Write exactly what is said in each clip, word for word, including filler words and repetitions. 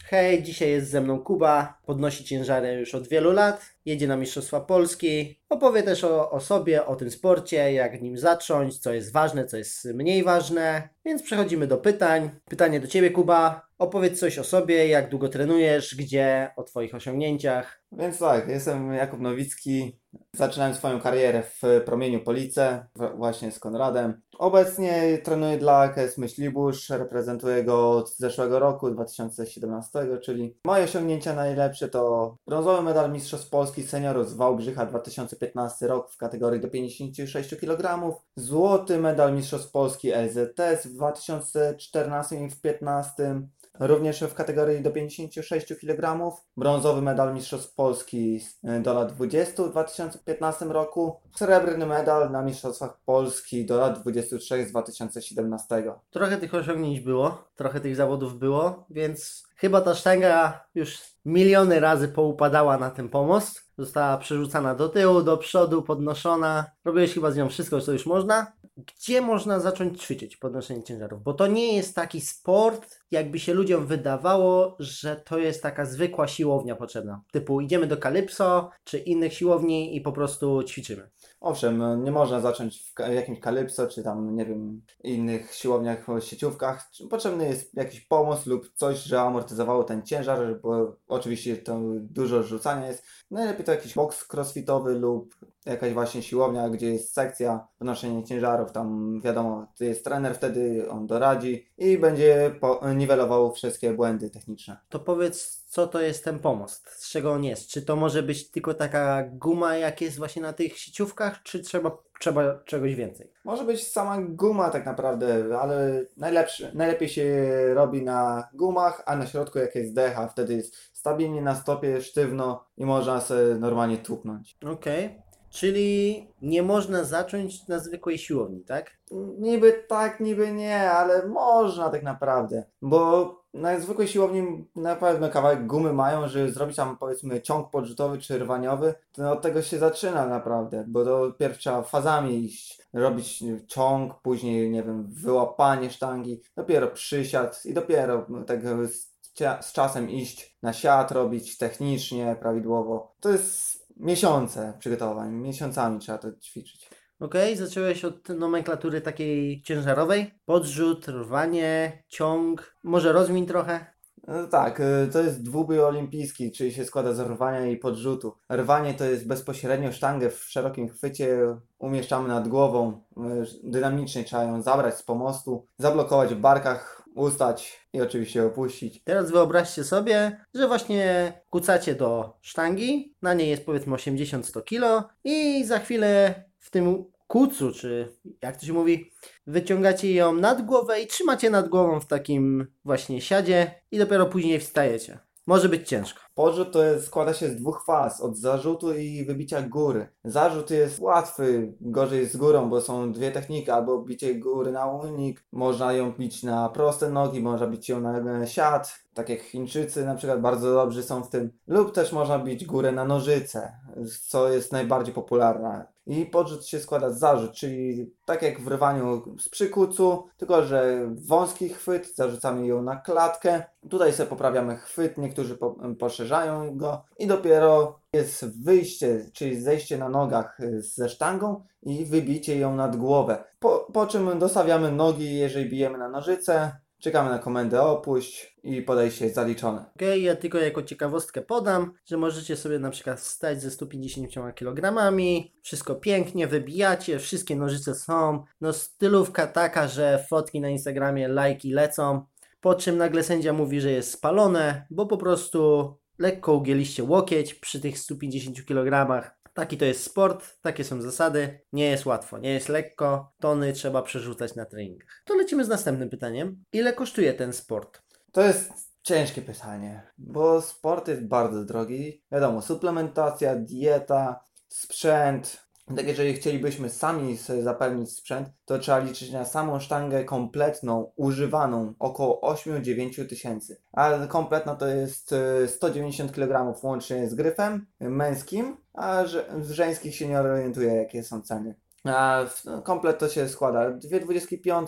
Hej, dzisiaj jest ze mną Kuba, podnosi ciężary już od wielu lat, jedzie na Mistrzostwa Polski, opowie też o, o sobie, o tym sporcie, jak nim zacząć, co jest ważne, co jest mniej ważne, więc przechodzimy do pytań. Pytanie do Ciebie, Kuba, opowiedz coś o sobie, jak długo trenujesz, gdzie, o Twoich osiągnięciach. Więc tak, jestem Jakub Nowicki. Zaczynałem swoją karierę w Promieniu Police, w- właśnie z Konradem. Obecnie trenuję dla K S Myślibórz, reprezentuję go od zeszłego roku, dwa tysiące siedemnastego, czyli moje osiągnięcia najlepsze to brązowy medal Mistrzostw Polski Seniorów z Wałbrzycha dwa tysiące piętnasty rok w kategorii do pięćdziesięciu sześciu kilogramów, złoty medal Mistrzostw Polski L Z T S w dwa tysiące czternastym i w piętnastym. Również w kategorii do pięćdziesięciu sześciu kilogramów. Brązowy medal Mistrzostw Polski y, do lat dwudziestu w dwa tysiące piętnastym roku. Srebrny medal na Mistrzostwach Polski do lat dwudziestu trzech z dwa tysiące siedemnastego. Trochę tych osiągnięć było, trochę tych zawodów było, więc chyba ta sztanga już miliony razy poupadała na ten pomost. Została przerzucana do tyłu, do przodu, podnoszona. Robiłeś chyba z nią wszystko, co już można. Gdzie można zacząć ćwiczyć podnoszenie ciężarów? Bo to nie jest taki sport, jakby się ludziom wydawało, że to jest taka zwykła siłownia potrzebna. Typu idziemy do Calypso czy innych siłowni i po prostu ćwiczymy. Owszem, no, nie można zacząć w ka- jakimś Calypso, czy tam, nie wiem, innych siłowniach, sieciówkach. Potrzebny jest jakiś pomost lub coś, że amortyzowało ten ciężar, bo oczywiście to dużo rzucania jest. Najlepiej to jakiś box crossfitowy lub jakaś właśnie siłownia, gdzie jest sekcja podnoszenia ciężarów. Tam wiadomo, to jest trener, wtedy on doradzi i będzie po- niwelował wszystkie błędy techniczne. To powiedz, co to jest ten pomost? Z czego on jest? Czy to może być tylko taka guma, jak jest właśnie na tych sieciówkach, czy trzeba, trzeba czegoś więcej? Może być sama guma tak naprawdę, ale najlepszy, najlepiej się robi na gumach, a na środku jak jest decha, wtedy jest stabilnie na stopie, sztywno i można sobie normalnie tupnąć. Okej. Czyli nie można zacząć na zwykłej siłowni, tak? Niby tak, niby nie, ale można tak naprawdę, bo na zwykłej siłowni na pewno kawałek gumy mają, żeby zrobić tam powiedzmy ciąg podrzutowy czy rwaniowy, to od tego się zaczyna naprawdę, bo to pierw trzeba fazami iść, robić ciąg, później nie wiem, wyłapanie sztangi, dopiero przysiad i dopiero tak z, cia- z czasem iść na siat, robić technicznie, prawidłowo. To jest miesiące przygotowań, miesiącami trzeba to ćwiczyć. Okej, zacząłeś od nomenklatury takiej ciężarowej. Podrzut, rwanie, ciąg. Może rozwiń trochę? No tak, y, to jest dwubój olimpijski, czyli się składa z rwania i podrzutu. Rwanie to jest bezpośrednio sztangę w szerokim chwycie umieszczamy nad głową, y, dynamicznie trzeba ją zabrać z pomostu, zablokować w barkach, ustać i oczywiście opuścić. Teraz wyobraźcie sobie, że właśnie kucacie do sztangi, na niej jest powiedzmy osiemdziesiąt do stu kilo i za chwilę w tym kucu, czy jak to się mówi, wyciągacie ją nad głowę i trzymacie nad głową w takim właśnie siadzie i dopiero później wstajecie. Może być ciężko. Podrzut to jest, składa się z dwóch faz, od zarzutu i wybicia góry. Zarzut jest łatwy, gorzej z górą, bo są dwie techniki, albo bicie góry na unik, można ją bić na proste nogi, można bić ją na siat, tak jak Chińczycy na przykład bardzo dobrzy są w tym, lub też można bić górę na nożyce, co jest najbardziej popularne. I podrzut się składa z zarzut, czyli tak jak w rywaniu z przykucu, tylko że wąski chwyt, zarzucamy ją na klatkę. Tutaj sobie poprawiamy chwyt, niektórzy po, poszerzają go i dopiero jest wyjście, czyli zejście na nogach ze sztangą i wybicie ją nad głowę. Po, po czym dostawiamy nogi, jeżeli bijemy na nożyce, czekamy na komendę opuść i podejście jest zaliczone. Okej, ja tylko jako ciekawostkę podam, że możecie sobie na przykład wstać ze stu pięćdziesięcioma kilogramami, wszystko pięknie wybijacie, wszystkie nożyce są, no stylówka taka, że fotki na Instagramie, lajki lecą, po czym nagle sędzia mówi, że jest spalone, bo po prostu lekko ugięliście łokieć przy tych stu pięćdziesięciu kilogramach. Taki to jest sport, takie są zasady, nie jest łatwo, nie jest lekko, tony trzeba przerzucać na treningach. To lecimy z następnym pytaniem. Ile kosztuje ten sport? To jest ciężkie pytanie, bo sport jest bardzo drogi. Wiadomo, suplementacja, dieta, sprzęt. Tak jeżeli chcielibyśmy sami sobie zapewnić sprzęt, to trzeba liczyć na samą sztangę kompletną, używaną, około osiem do dziewięciu tysięcy. A kompletna to jest y, sto dziewięćdziesiąt kilogramów łącznie z gryfem y, męskim, a że- w żeńskich się nie orientuję jakie są ceny. A w- no, komplet to się składa dwie dwudziestki piątki,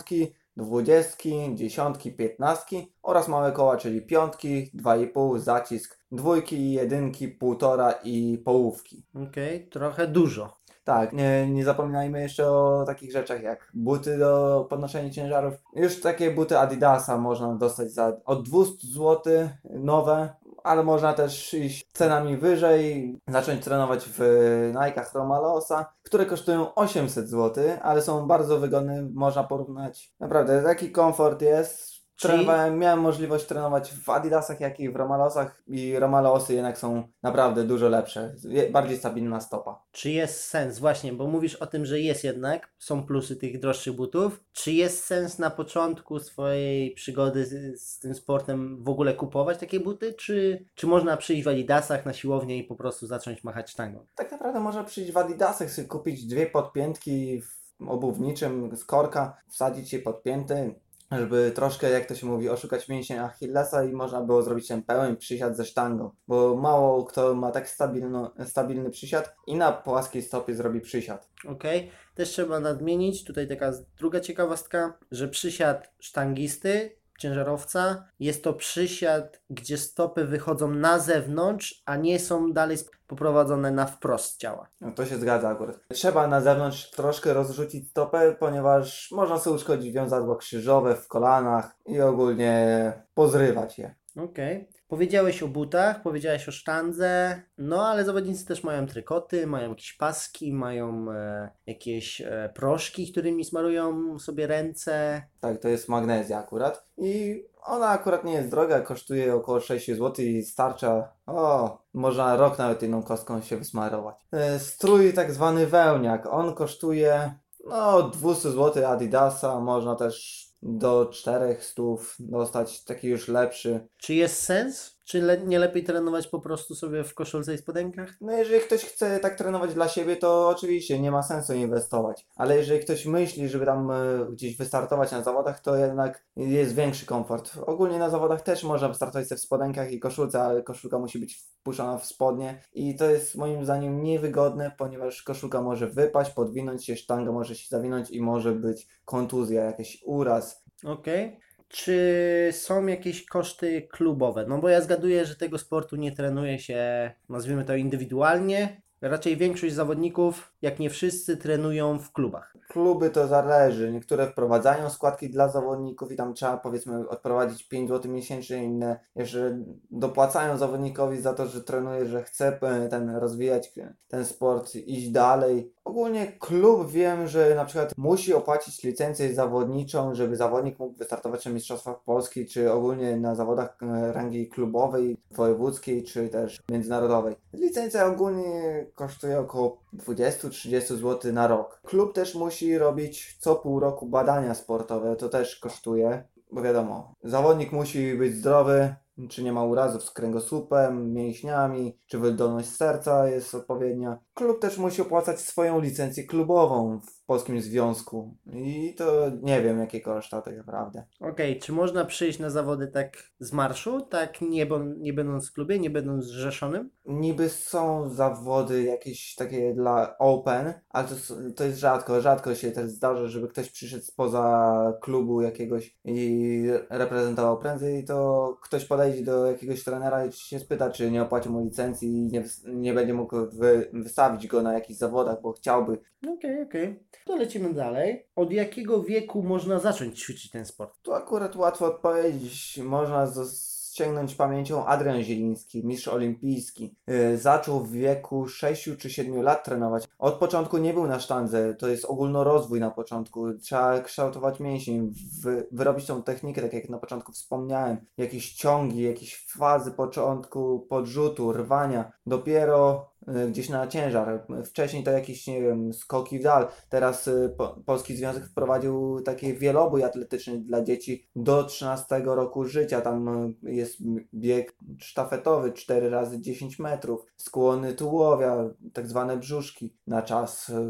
dwudziestki, dziesiątki, piętnastki oraz małe koła, czyli piątki, dwa i pół, zacisk, dwójki, jedynki, półtora i połówki. Okej, trochę dużo. Tak, nie, nie zapominajmy jeszcze o takich rzeczach jak buty do podnoszenia ciężarów. Już takie buty Adidasa można dostać za od dwieście złotych nowe, ale można też iść cenami wyżej, zacząć trenować w Nike'ach Romalosa, które kosztują osiemset złotych, ale są bardzo wygodne, można porównać. Naprawdę, taki komfort jest. Czyli- Trenowałem, miałem możliwość trenować w Adidasach, jak i w Romalosach i Romalosy jednak są naprawdę dużo lepsze, je- bardziej stabilna stopa. Czy jest sens, właśnie, bo mówisz o tym, że jest jednak, są plusy tych droższych butów. Czy jest sens na początku swojej przygody z, z tym sportem w ogóle kupować takie buty, czy, czy można przyjść w Adidasach na siłownię i po prostu zacząć machać sztangą? Tak naprawdę można przyjść w Adidasach, sobie kupić dwie podpiętki w obuwniczym z korka, wsadzić je podpięty, żeby troszkę, jak to się mówi, oszukać mięsień Achillesa i można było zrobić ten pełen przysiad ze sztangą. Bo mało kto ma tak stabilno, stabilny przysiad i na płaskiej stopie zrobi przysiad. Okej, też trzeba nadmienić, tutaj taka druga ciekawostka, że przysiad sztangisty, ciężarowca, jest to przysiad, gdzie stopy wychodzą na zewnątrz, a nie są dalej poprowadzone na wprost ciała. No to się zgadza akurat. Trzeba na zewnątrz troszkę rozrzucić stopę, ponieważ można sobie uszkodzić wiązadła krzyżowe w kolanach i ogólnie pozrywać je. Okej. Powiedziałeś o butach, powiedziałeś o sztandze, no ale zawodnicy też mają trykoty, mają jakieś paski, mają e, jakieś e, proszki, którymi smarują sobie ręce. Tak, to jest magnezja akurat. I ona akurat nie jest droga, kosztuje około sześć złotych i starcza. O, można rok nawet jedną kostką się wysmarować. E, Strój tak zwany wełniak, on kosztuje no dwieście złotych Adidasa, można też do czterysta dostać taki już lepszy. Czy jest sens? Czy le- nie lepiej trenować po prostu sobie w koszulce i spodenkach? No jeżeli ktoś chce tak trenować dla siebie, to oczywiście nie ma sensu inwestować. Ale jeżeli ktoś myśli, żeby tam e, gdzieś wystartować na zawodach, to jednak jest większy komfort. Ogólnie na zawodach też można wystartować ze w spodenkach i koszulce, ale koszulka musi być wpuszczona w spodnie i to jest moim zdaniem niewygodne, ponieważ koszulka może wypaść, podwinąć się, sztanga może się zawinąć i może być kontuzja, jakiś uraz. Okej. Czy są jakieś koszty klubowe? No bo ja zgaduję, że tego sportu nie trenuje się, nazwijmy to indywidualnie. Raczej większość zawodników, jak nie wszyscy, trenują w klubach. Kluby to zależy. Niektóre wprowadzają składki dla zawodników i tam trzeba powiedzmy odprowadzić pięć złotych miesięcznie, inne jeszcze dopłacają zawodnikowi za to, że trenuje, że chce e, ten rozwijać ten sport, iść dalej. Ogólnie klub wiem, że na przykład musi opłacić licencję zawodniczą, żeby zawodnik mógł wystartować na Mistrzostwach Polski, czy ogólnie na zawodach e, rangi klubowej, wojewódzkiej, czy też międzynarodowej. Licencja ogólnie kosztuje około dwadzieścia do trzydziestu złotych na rok. Klub też musi robić co pół roku badania sportowe, to też kosztuje, bo wiadomo, zawodnik musi być zdrowy, czy nie ma urazów z kręgosłupem, mięśniami, czy wydolność serca jest odpowiednia. Klub też musi opłacać swoją licencję klubową w Polskim Związku i to nie wiem jakie koszta tak naprawdę. Okej, czy można przyjść na zawody tak z marszu, tak nie, bon- nie będąc w klubie, nie będąc zrzeszonym? Niby są zawody jakieś takie dla open, ale to, s- to jest rzadko. Rzadko się też zdarza, żeby ktoś przyszedł spoza klubu jakiegoś i reprezentował. Prędzej to ktoś podejdzie do jakiegoś trenera i się spyta, czy nie opłaci mu licencji i nie, wys- nie będzie mógł wy- wystawić go na jakichś zawodach, bo chciałby. Okej, okej. To lecimy dalej. Od jakiego wieku można zacząć ćwiczyć ten sport? Tu akurat łatwo odpowiedzieć. Można zos- sięgnąć pamięcią Adrian Zieliński, mistrz olimpijski. Yy, zaczął w wieku sześciu czy siedmiu lat trenować. Od początku nie był na sztandze, to jest ogólnorozwój na początku. Trzeba kształtować mięsień, wy, wyrobić tą technikę, tak jak na początku wspomniałem. Jakieś ciągi, jakieś fazy początku, podrzutu, rwania. Dopiero yy, gdzieś na ciężar. Wcześniej to jakieś, nie wiem, skoki w dal. Teraz y, po, Polski Związek wprowadził taki wielobój atletyczny dla dzieci do trzynastego roku życia. Tam y, jest bieg sztafetowy cztery razy dziesięć metrów, skłony tułowia, tak zwane brzuszki na czas y,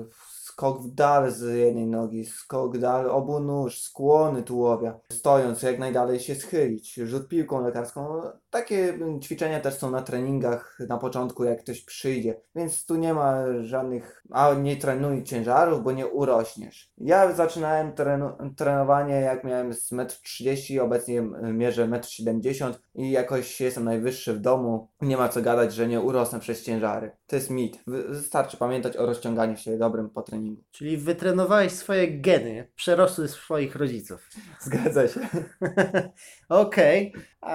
skok w dal z jednej nogi, skok w dal obu nóż, skłony tułowia, stojąc jak najdalej się schylić, rzut piłką lekarską. Takie ćwiczenia też są na treningach na początku, jak ktoś przyjdzie, więc tu nie ma żadnych, a nie trenuj ciężarów, bo nie urośniesz. Ja zaczynałem trenu- trenowanie jak miałem z metr trzydzieści, obecnie mierzę metr siedemdziesiąt i jakoś jestem najwyższy w domu. Nie ma co gadać, że nie urosnę przez ciężary. To jest mit. Wystarczy pamiętać o rozciąganiu się dobrym po treningu. Czyli wytrenowałeś swoje geny, przerosły swoich rodziców. Zgadza się. Okej,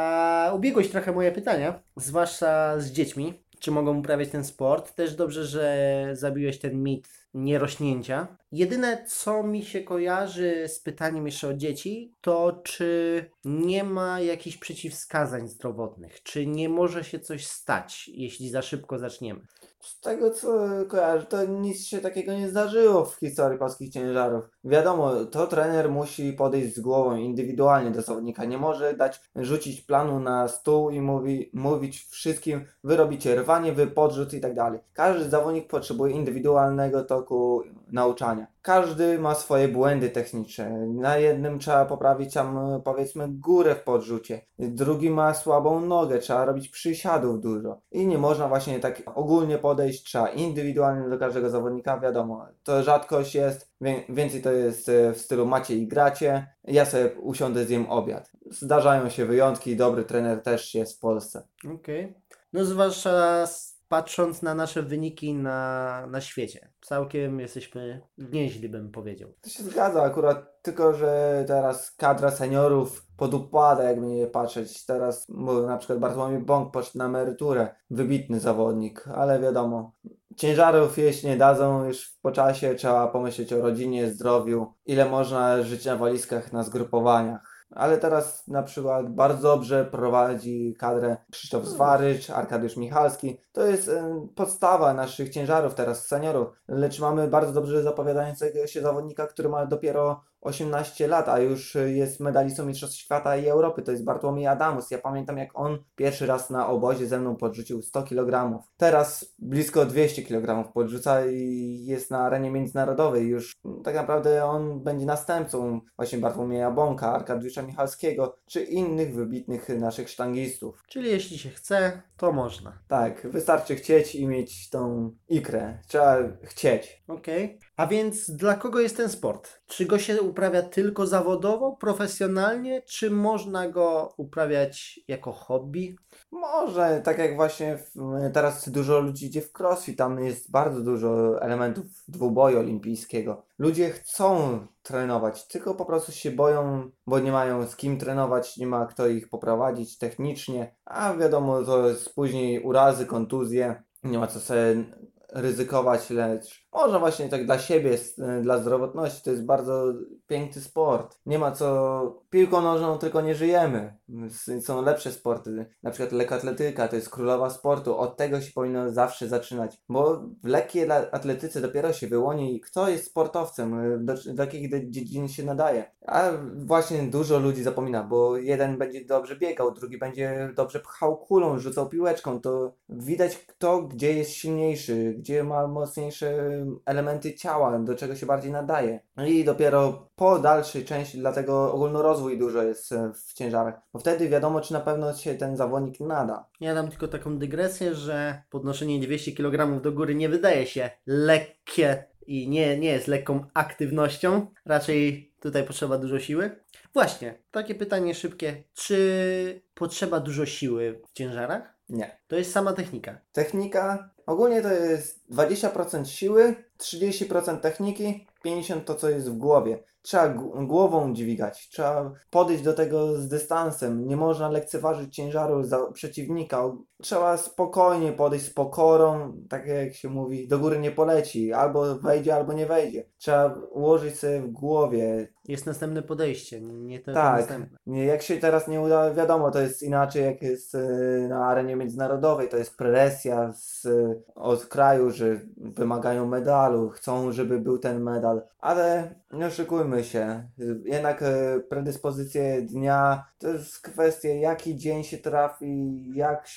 a ubiegłeś trochę moje pytania, zwłaszcza z dziećmi, czy mogą uprawiać ten sport. Też dobrze, że zabiłeś ten mit nierośnięcia. Jedyne, co mi się kojarzy z pytaniem jeszcze o dzieci, to czy nie ma jakichś przeciwwskazań zdrowotnych, czy nie może się coś stać, jeśli za szybko zaczniemy. Z tego co kojarzę, to nic się takiego nie zdarzyło w historii polskich ciężarów. Wiadomo, to trener musi podejść z głową indywidualnie do zawodnika. Nie może dać, rzucić planu na stół i mówi, mówić wszystkim, wy robicie rwanie, wy podrzut i tak dalej. Każdy zawodnik potrzebuje indywidualnego toku nauczania. Każdy ma swoje błędy techniczne. Na jednym trzeba poprawić tam powiedzmy górę w podrzucie. Drugi ma słabą nogę, trzeba robić przysiadów dużo. I nie można właśnie tak ogólnie podejść, trzeba indywidualnie do każdego zawodnika, wiadomo. To rzadkość jest, wię- więcej to jest e, w stylu macie i gracie. Ja sobie usiądę, zjem obiad. Zdarzają się wyjątki, dobry trener też jest w Polsce. Okej. No zwłaszcza s- patrząc na nasze wyniki na, na świecie. Całkiem jesteśmy nieźli, bym powiedział. To się zgadza akurat, tylko że teraz kadra seniorów podupada, jakby nie patrzeć. Teraz bo na przykład Bartłomiej Bąk poszedł na emeryturę, wybitny zawodnik, ale wiadomo, ciężarów jeść nie dadzą już po czasie, trzeba pomyśleć o rodzinie, zdrowiu, ile można żyć na walizkach na zgrupowaniach. Ale teraz na przykład bardzo dobrze prowadzi kadrę Krzysztof Zwarycz, Arkadiusz Michalski. To jest e, podstawa naszych ciężarów teraz, seniorów. Lecz mamy bardzo dobrze zapowiadającego się zawodnika, który ma dopiero osiemnaście lat, a już jest medalistą Mistrzostw Świata i Europy. To jest Bartłomiej Adamus. Ja pamiętam, jak on pierwszy raz na obozie ze mną podrzucił sto kilogramów. Teraz blisko dwieście kilogramów podrzuca i jest na arenie międzynarodowej. Już tak naprawdę on będzie następcą właśnie Bartłomieja Bąka, Arkadiusza Michalskiego, czy innych wybitnych naszych sztangistów. Czyli jeśli się chce, to można. Tak, wystarczy chcieć i mieć tą ikrę. Trzeba chcieć. Okej. A więc dla kogo jest ten sport? Czy go się uprawia tylko zawodowo, profesjonalnie, czy można go uprawiać jako hobby? Może, tak jak właśnie w, teraz dużo ludzi idzie w crossfit, tam jest bardzo dużo elementów dwuboju olimpijskiego. Ludzie chcą trenować, tylko po prostu się boją, bo nie mają z kim trenować, nie ma kto ich poprowadzić technicznie, a wiadomo, to jest później urazy, kontuzje, nie ma co sobie ryzykować, lecz można właśnie tak dla siebie, s- dla zdrowotności, to jest bardzo piękny sport. Nie ma co, piłką nożną tylko nie żyjemy. S- Są lepsze sporty, na przykład lekkoatletyka, to jest królowa sportu, od tego się powinno zawsze zaczynać, bo w lekkiej la- atletyce dopiero się wyłoni, kto jest sportowcem, y, do, do jakich de- dziedzin się nadaje. A właśnie dużo ludzi zapomina, bo jeden będzie dobrze biegał, drugi będzie dobrze pchał kulą, rzucał piłeczką, to widać kto gdzie jest silniejszy, gdzie ma mocniejsze elementy ciała, do czego się bardziej nadaje. I dopiero po dalszej części, dlatego ogólnorozwój dużo jest e, w ciężarach, bo wtedy wiadomo, czy na pewno się ten zawodnik nada. Ja dam tylko taką dygresję, że podnoszenie dwieście kilogramów do góry nie wydaje się lekkie i nie, nie jest lekką aktywnością. Raczej tutaj potrzeba dużo siły. Właśnie, takie pytanie szybkie. Czy potrzeba dużo siły w ciężarach? Nie. To jest sama technika. Technika, ogólnie to jest dwadzieścia procent siły, trzydzieści procent techniki, pięćdziesiąt procent to co jest w głowie. Trzeba g- głową dźwigać, trzeba podejść do tego z dystansem, nie można lekceważyć ciężaru za przeciwnika. Trzeba spokojnie podejść z pokorą, tak jak się mówi, do góry nie poleci, albo wejdzie, albo nie wejdzie. Trzeba ułożyć sobie w głowie. Jest następne podejście, nie to Tak, następne. nie, jak się teraz nie uda, wiadomo, to jest inaczej jak jest y, na arenie międzynarodowej, to jest presja z, y, od kraju, że wymagają medalu, chcą, żeby był ten medal, ale nie oszukujmy się, y, jednak y, predyspozycje dnia to jest kwestia, jaki dzień się trafi, jak się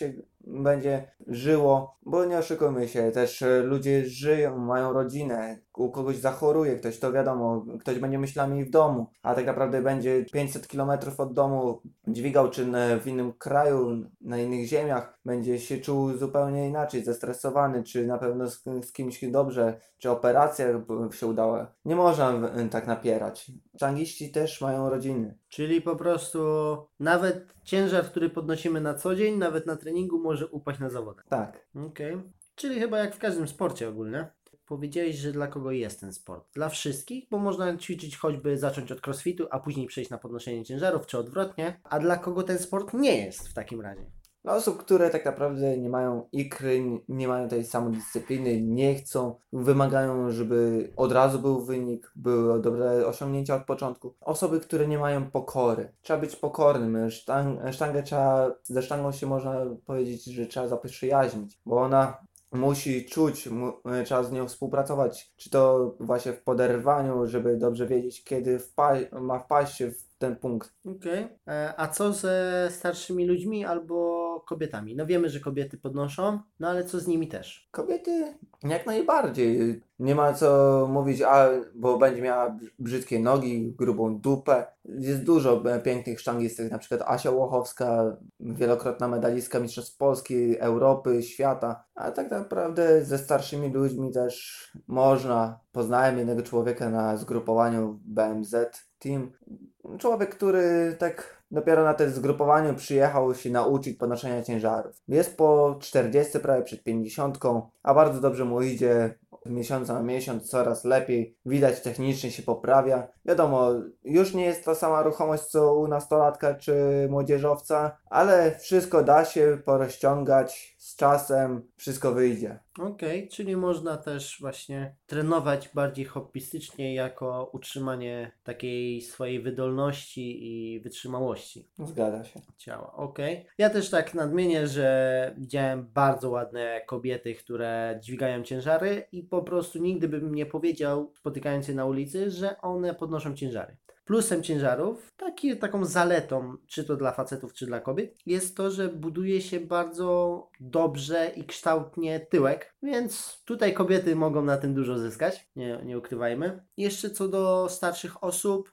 będzie żyło, bo nie oszukujmy się, też e, ludzie żyją, mają rodzinę, u kogoś zachoruje ktoś, to wiadomo, ktoś będzie myślami w domu, a tak naprawdę będzie pięćset kilometrów od domu dźwigał czyn e, w innym kraju, na innych ziemiach, będzie się czuł zupełnie inaczej, zestresowany, czy na pewno z, z kimś dobrze, czy operacja by się udała. Nie można e, tak napierać. Sztangiści też mają rodziny. Czyli po prostu nawet ciężar, który podnosimy na co dzień, nawet na treningu, może upaść na zawodach. Tak. Okej. Czyli chyba jak w każdym sporcie ogólnie. Powiedziałeś, że dla kogo jest ten sport? Dla wszystkich, bo można ćwiczyć choćby zacząć od crossfitu, a później przejść na podnoszenie ciężarów, czy odwrotnie. A dla kogo ten sport nie jest w takim razie? Dla osób, które tak naprawdę nie mają ikry, nie mają tej samodyscypliny, nie chcą, wymagają, żeby od razu był wynik, były dobre osiągnięcia od początku. Osoby, które nie mają pokory. Trzeba być pokornym. Sztang, sztangę trzeba, ze sztangą się można powiedzieć, że trzeba zaprzyjaźnić, bo ona musi czuć, mu, trzeba z nią współpracować, czy to właśnie w poderwaniu, żeby dobrze wiedzieć, kiedy wpa- ma wpaść w ten punkt. Okej. E, A co ze starszymi ludźmi albo kobietami? No wiemy, że kobiety podnoszą, no ale co z nimi też? Kobiety jak najbardziej. Nie ma co mówić, a bo będzie miała br- brzydkie nogi, grubą dupę. Jest dużo e, pięknych sztangistów, na przykład Asia Łochowska, wielokrotna medalistka Mistrzostw Polski, Europy, świata. A tak naprawdę ze starszymi ludźmi też można. Poznałem jednego człowieka na zgrupowaniu B M Z Team. Człowiek, który tak dopiero na tym zgrupowaniu przyjechał się nauczyć podnoszenia ciężarów. Jest po czterdziestce, prawie przed pięćdziesiątką, a bardzo dobrze mu idzie. Z miesiąca na miesiąc coraz lepiej. Widać, technicznie się poprawia. Wiadomo, już nie jest ta sama ruchomość co u nastolatka czy młodzieżowca, ale wszystko da się porozciągać z czasem, wszystko wyjdzie. Okej, czyli można też właśnie trenować bardziej hobbystycznie jako utrzymanie takiej swojej wydolności i wytrzymałości Zgadza się. ciała. Okej. Ja też tak nadmienię, że widziałem bardzo ładne kobiety, które dźwigają ciężary i po prostu nigdy bym nie powiedział, spotykając się na ulicy, że one podnoszą ciężary. Plusem ciężarów, taki, taką zaletą, czy to dla facetów, czy dla kobiet, jest to, że buduje się bardzo dobrze i kształtnie tyłek, więc tutaj kobiety mogą na tym dużo zyskać, nie, nie ukrywajmy. Jeszcze co do starszych osób,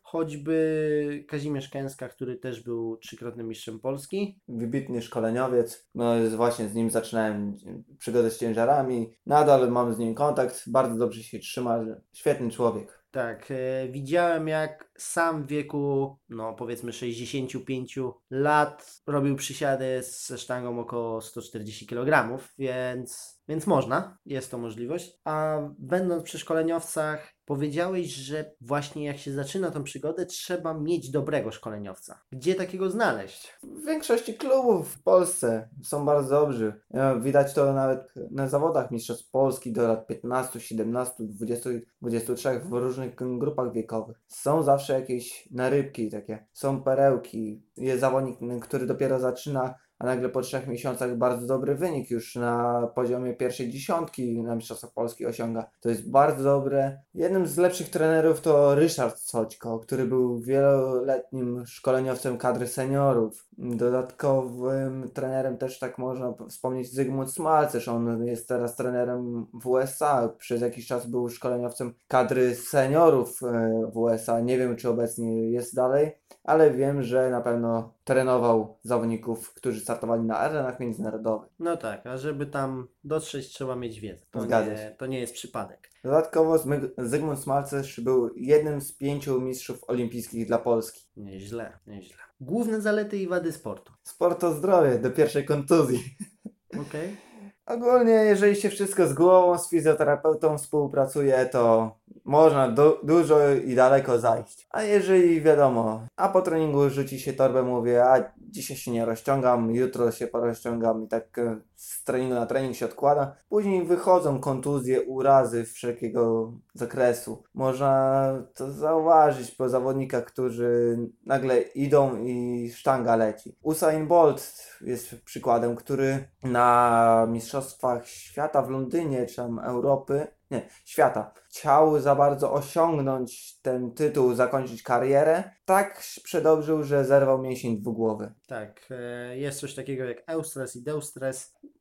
choćby Kazimierz Kęska, który też był trzykrotnym mistrzem Polski. Wybitny szkoleniowiec. No jest właśnie z nim zaczynałem przygodę z ciężarami. Nadal mam z nim kontakt. Bardzo dobrze się trzyma. Świetny człowiek. Tak, e, widziałem jak sam w wieku, no powiedzmy sześćdziesięciu pięciu lat robił przysiady ze sztangą około sto czterdzieści kilogramów, więc, więc można, jest to możliwość. A będąc przy szkoleniowcach, powiedziałeś, że właśnie jak się zaczyna tą przygodę, trzeba mieć dobrego szkoleniowca. Gdzie takiego znaleźć? W większości klubów w Polsce są bardzo dobrzy. E, Widać to nawet na zawodach Mistrzostw Polski do lat piętnastu, siedemnastu, dwudziestu, dwudziestu trzech w różnych grupach wiekowych. Są zawsze jakieś narybki takie, są perełki. Jest zawodnik, który dopiero zaczyna, a nagle po trzech miesiącach bardzo dobry wynik już na poziomie pierwszej dziesiątki na Mistrzostwach Polski osiąga. To jest bardzo dobre. Jednym z lepszych trenerów to Ryszard Coćko, który był wieloletnim szkoleniowcem kadry seniorów. Dodatkowym trenerem też tak można wspomnieć Zygmunt Smalcerz. On jest teraz trenerem w U S A. Przez jakiś czas był szkoleniowcem kadry seniorów e, w U S A. Nie wiem, czy obecnie jest dalej, ale wiem, że na pewno trenował zawodników, którzy startowali na arenach międzynarodowych. No tak, a żeby tam dotrzeć, trzeba mieć wiedzę. To, Zgadza nie, się. to nie jest przypadek. Dodatkowo Zmy- Zygmunt Smalcerz był jednym z pięciu mistrzów olimpijskich dla Polski. Nieźle, nieźle. Główne zalety i wady sportu. Sport to zdrowie do pierwszej kontuzji. Okej. Ogólnie, jeżeli się wszystko z głową, z fizjoterapeutą współpracuje, to można du- dużo i daleko zajść. A jeżeli wiadomo, a po treningu rzuci się torbę, mówię, a dzisiaj się nie rozciągam, jutro się porozciągam i tak e, z treningu na trening się odkłada. Później wychodzą kontuzje, urazy wszelkiego zakresu. Można to zauważyć po zawodnikach, którzy nagle idą i sztanga leci. Usain Bolt jest przykładem, który na Mistrzostwach Świata w Londynie, czy tam Europy, nie, świata, chciał za bardzo osiągnąć ten tytuł, zakończyć karierę, tak przedobrzył, że zerwał mięsień dwugłowy. Tak, e, jest coś takiego jak eustres i deustres.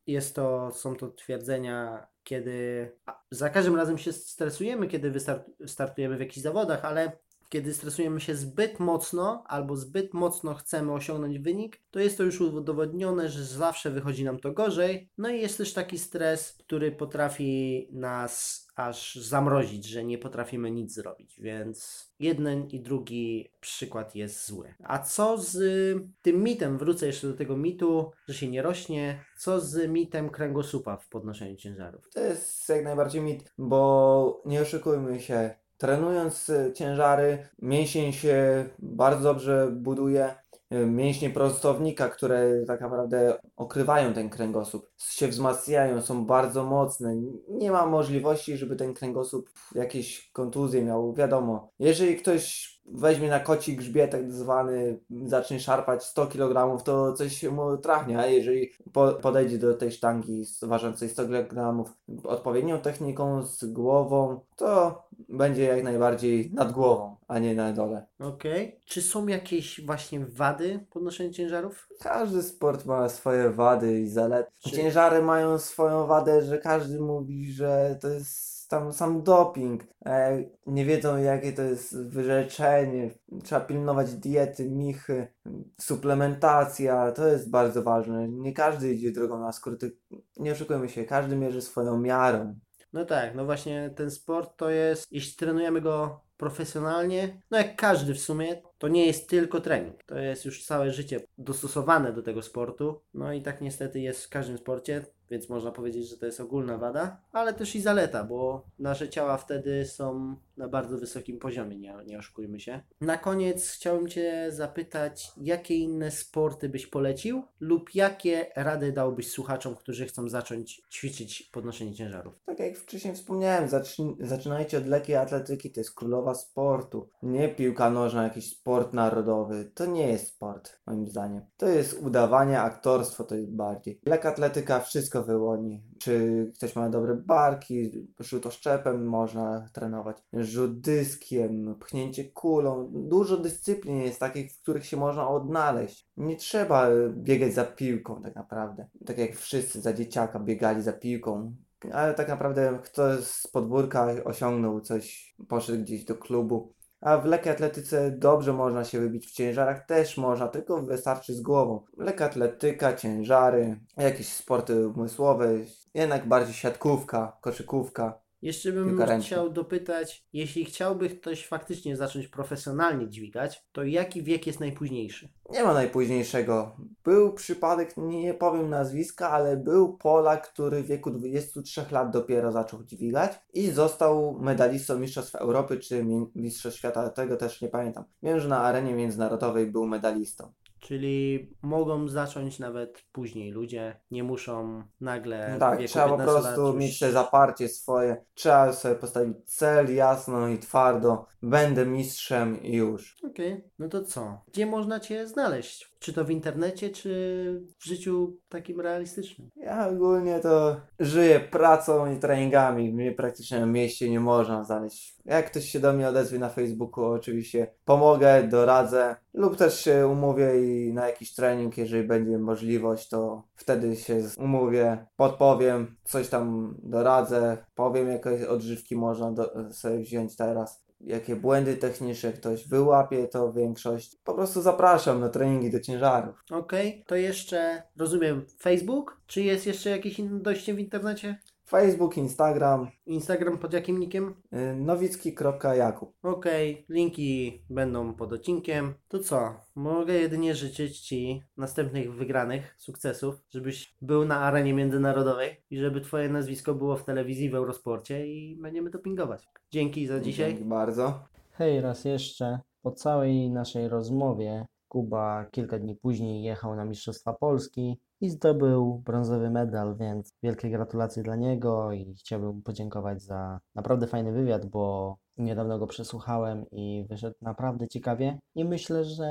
jest to, są to twierdzenia, kiedy a, za każdym razem się stresujemy, kiedy wystart, startujemy w jakichś zawodach, ale kiedy stresujemy się zbyt mocno albo zbyt mocno chcemy osiągnąć wynik, to jest to już udowodnione, że zawsze wychodzi nam to gorzej. No i jest też taki stres, który potrafi nas aż zamrozić, że nie potrafimy nic zrobić, więc jeden i drugi przykład jest zły. A co z y, tym mitem? Wrócę jeszcze do tego mitu, że się nie rośnie. Co z mitem kręgosłupa w podnoszeniu ciężarów? To jest jak najbardziej mit, bo nie oszukujmy się, trenując y, ciężary, mięsień się bardzo dobrze buduje. y, Mięśnie prostownika, które tak naprawdę okrywają ten kręgosłup, się wzmacniają, są bardzo mocne. Nie ma możliwości, żeby ten kręgosłup jakieś kontuzje miał. Wiadomo, jeżeli ktoś weźmie na koci grzbiet tak zwany, zacznie szarpać sto kilogramów, to coś się mu trafnie, a jeżeli po, podejdzie do tej sztangi ważącej sto kilogramów odpowiednią techniką, z głową, to będzie jak najbardziej nad głową, a nie na dole. Okej. Czy są jakieś właśnie wady podnoszenia ciężarów? Każdy sport ma swoje wady i zalety. Czy- Ciężary mają swoją wadę, że każdy mówi, że to jest tam sam doping. E, nie wiedzą, jakie to jest wyrzeczenie. Trzeba pilnować diety, michy, suplementacja. To jest bardzo ważne. Nie każdy idzie drogą na skróty. Nie oszukujmy się, każdy mierzy swoją miarą. No tak, no właśnie ten sport to jest, jeśli trenujemy go profesjonalnie, no jak każdy w sumie, to nie jest tylko trening. To jest już całe życie dostosowane do tego sportu. No i tak niestety jest w każdym sporcie, więc można powiedzieć, że to jest ogólna wada, ale też i zaleta, bo nasze ciała wtedy są na bardzo wysokim poziomie, nie, nie oszukujmy się. Na koniec chciałbym Cię zapytać, jakie inne sporty byś polecił lub jakie rady dałbyś słuchaczom, którzy chcą zacząć ćwiczyć podnoszenie ciężarów? Tak jak wcześniej wspomniałem, zacznij, zaczynajcie od lekkiej atletyki, to jest królowa sportu. Nie piłka nożna, jakiś sport narodowy. To nie jest sport, moim zdaniem. To jest udawanie, aktorstwo to jest bardziej. Lekka atletyka wszystko wyłoni. Czy ktoś ma dobre barki, rzut oszczepem można trenować, rzut dyskiem, pchnięcie kulą. Dużo dyscyplin jest takich, w których się można odnaleźć. Nie trzeba biegać za piłką tak naprawdę. Tak jak wszyscy za dzieciaka biegali za piłką. Ale tak naprawdę kto z podwórka osiągnął coś, poszedł gdzieś do klubu. A w lekkiej atletyce dobrze można się wybić, w ciężarach też można, tylko wystarczy z głową. Lekka atletyka, ciężary, jakieś sporty umysłowe, jednak bardziej siatkówka, koszykówka, Jeszcze bym piłka ręczna. chciał dopytać, jeśli chciałby ktoś faktycznie zacząć profesjonalnie dźwigać, to jaki wiek jest najpóźniejszy? Nie ma najpóźniejszego. Był przypadek, nie powiem nazwiska, ale był Polak, który w wieku dwudziestu trzech lat dopiero zaczął dźwigać i został medalistą Mistrzostw Europy czy mi- Mistrzostw Świata, tego też nie pamiętam. Wiem, że na arenie międzynarodowej był medalistą. Czyli mogą zacząć nawet później ludzie, nie muszą nagle w Tak, wieku trzeba po piętnastu lat prostu już... mieć te zaparcie swoje. Trzeba sobie postawić cel jasno i twardo. Będę mistrzem i już. Okej, no to co? Gdzie można Cię znaleźć? Czy to w internecie, czy w życiu takim realistycznym? Ja ogólnie to żyję pracą i treningami. Mnie praktycznie w mieście nie można znaleźć. Jak ktoś się do mnie odezwie na Facebooku, oczywiście pomogę, doradzę. Lub też się umówię i na jakiś trening, jeżeli będzie możliwość, to wtedy się z- umówię, podpowiem, coś tam doradzę, powiem jakie odżywki można do, sobie wziąć teraz. Jakie błędy techniczne ktoś wyłapie, to większość. Po prostu zapraszam na treningi do ciężarów. Okej, to jeszcze rozumiem Facebook? Czy jest jeszcze jakieś inne dojście w internecie? Facebook, Instagram, Instagram pod jakim nickiem? y, nowicki kropka jakub. Okej, linki będą pod odcinkiem. To co? Mogę jedynie życzyć Ci następnych wygranych sukcesów, żebyś był na arenie międzynarodowej i żeby Twoje nazwisko było w telewizji w Eurosporcie i będziemy dopingować. Dzięki za dzisiaj. Dzięki bardzo. Hej, raz jeszcze. Po całej naszej rozmowie Kuba kilka dni później jechał na Mistrzostwa Polski i zdobył brązowy medal, więc wielkie gratulacje dla niego i chciałbym mu podziękować za naprawdę fajny wywiad, bo niedawno go przesłuchałem i wyszedł naprawdę ciekawie i myślę, że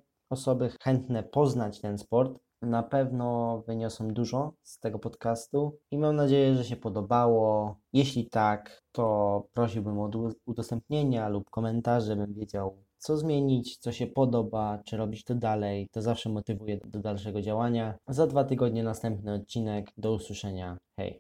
osoby chętne poznać ten sport na pewno wyniosą dużo z tego podcastu i mam nadzieję, że się podobało. Jeśli tak, to prosiłbym o udu- udostępnienia lub komentarze, bym wiedział, co zmienić, co się podoba, czy robić to dalej. To zawsze motywuje do dalszego działania. Za dwa tygodnie następny odcinek. Do usłyszenia. Hej.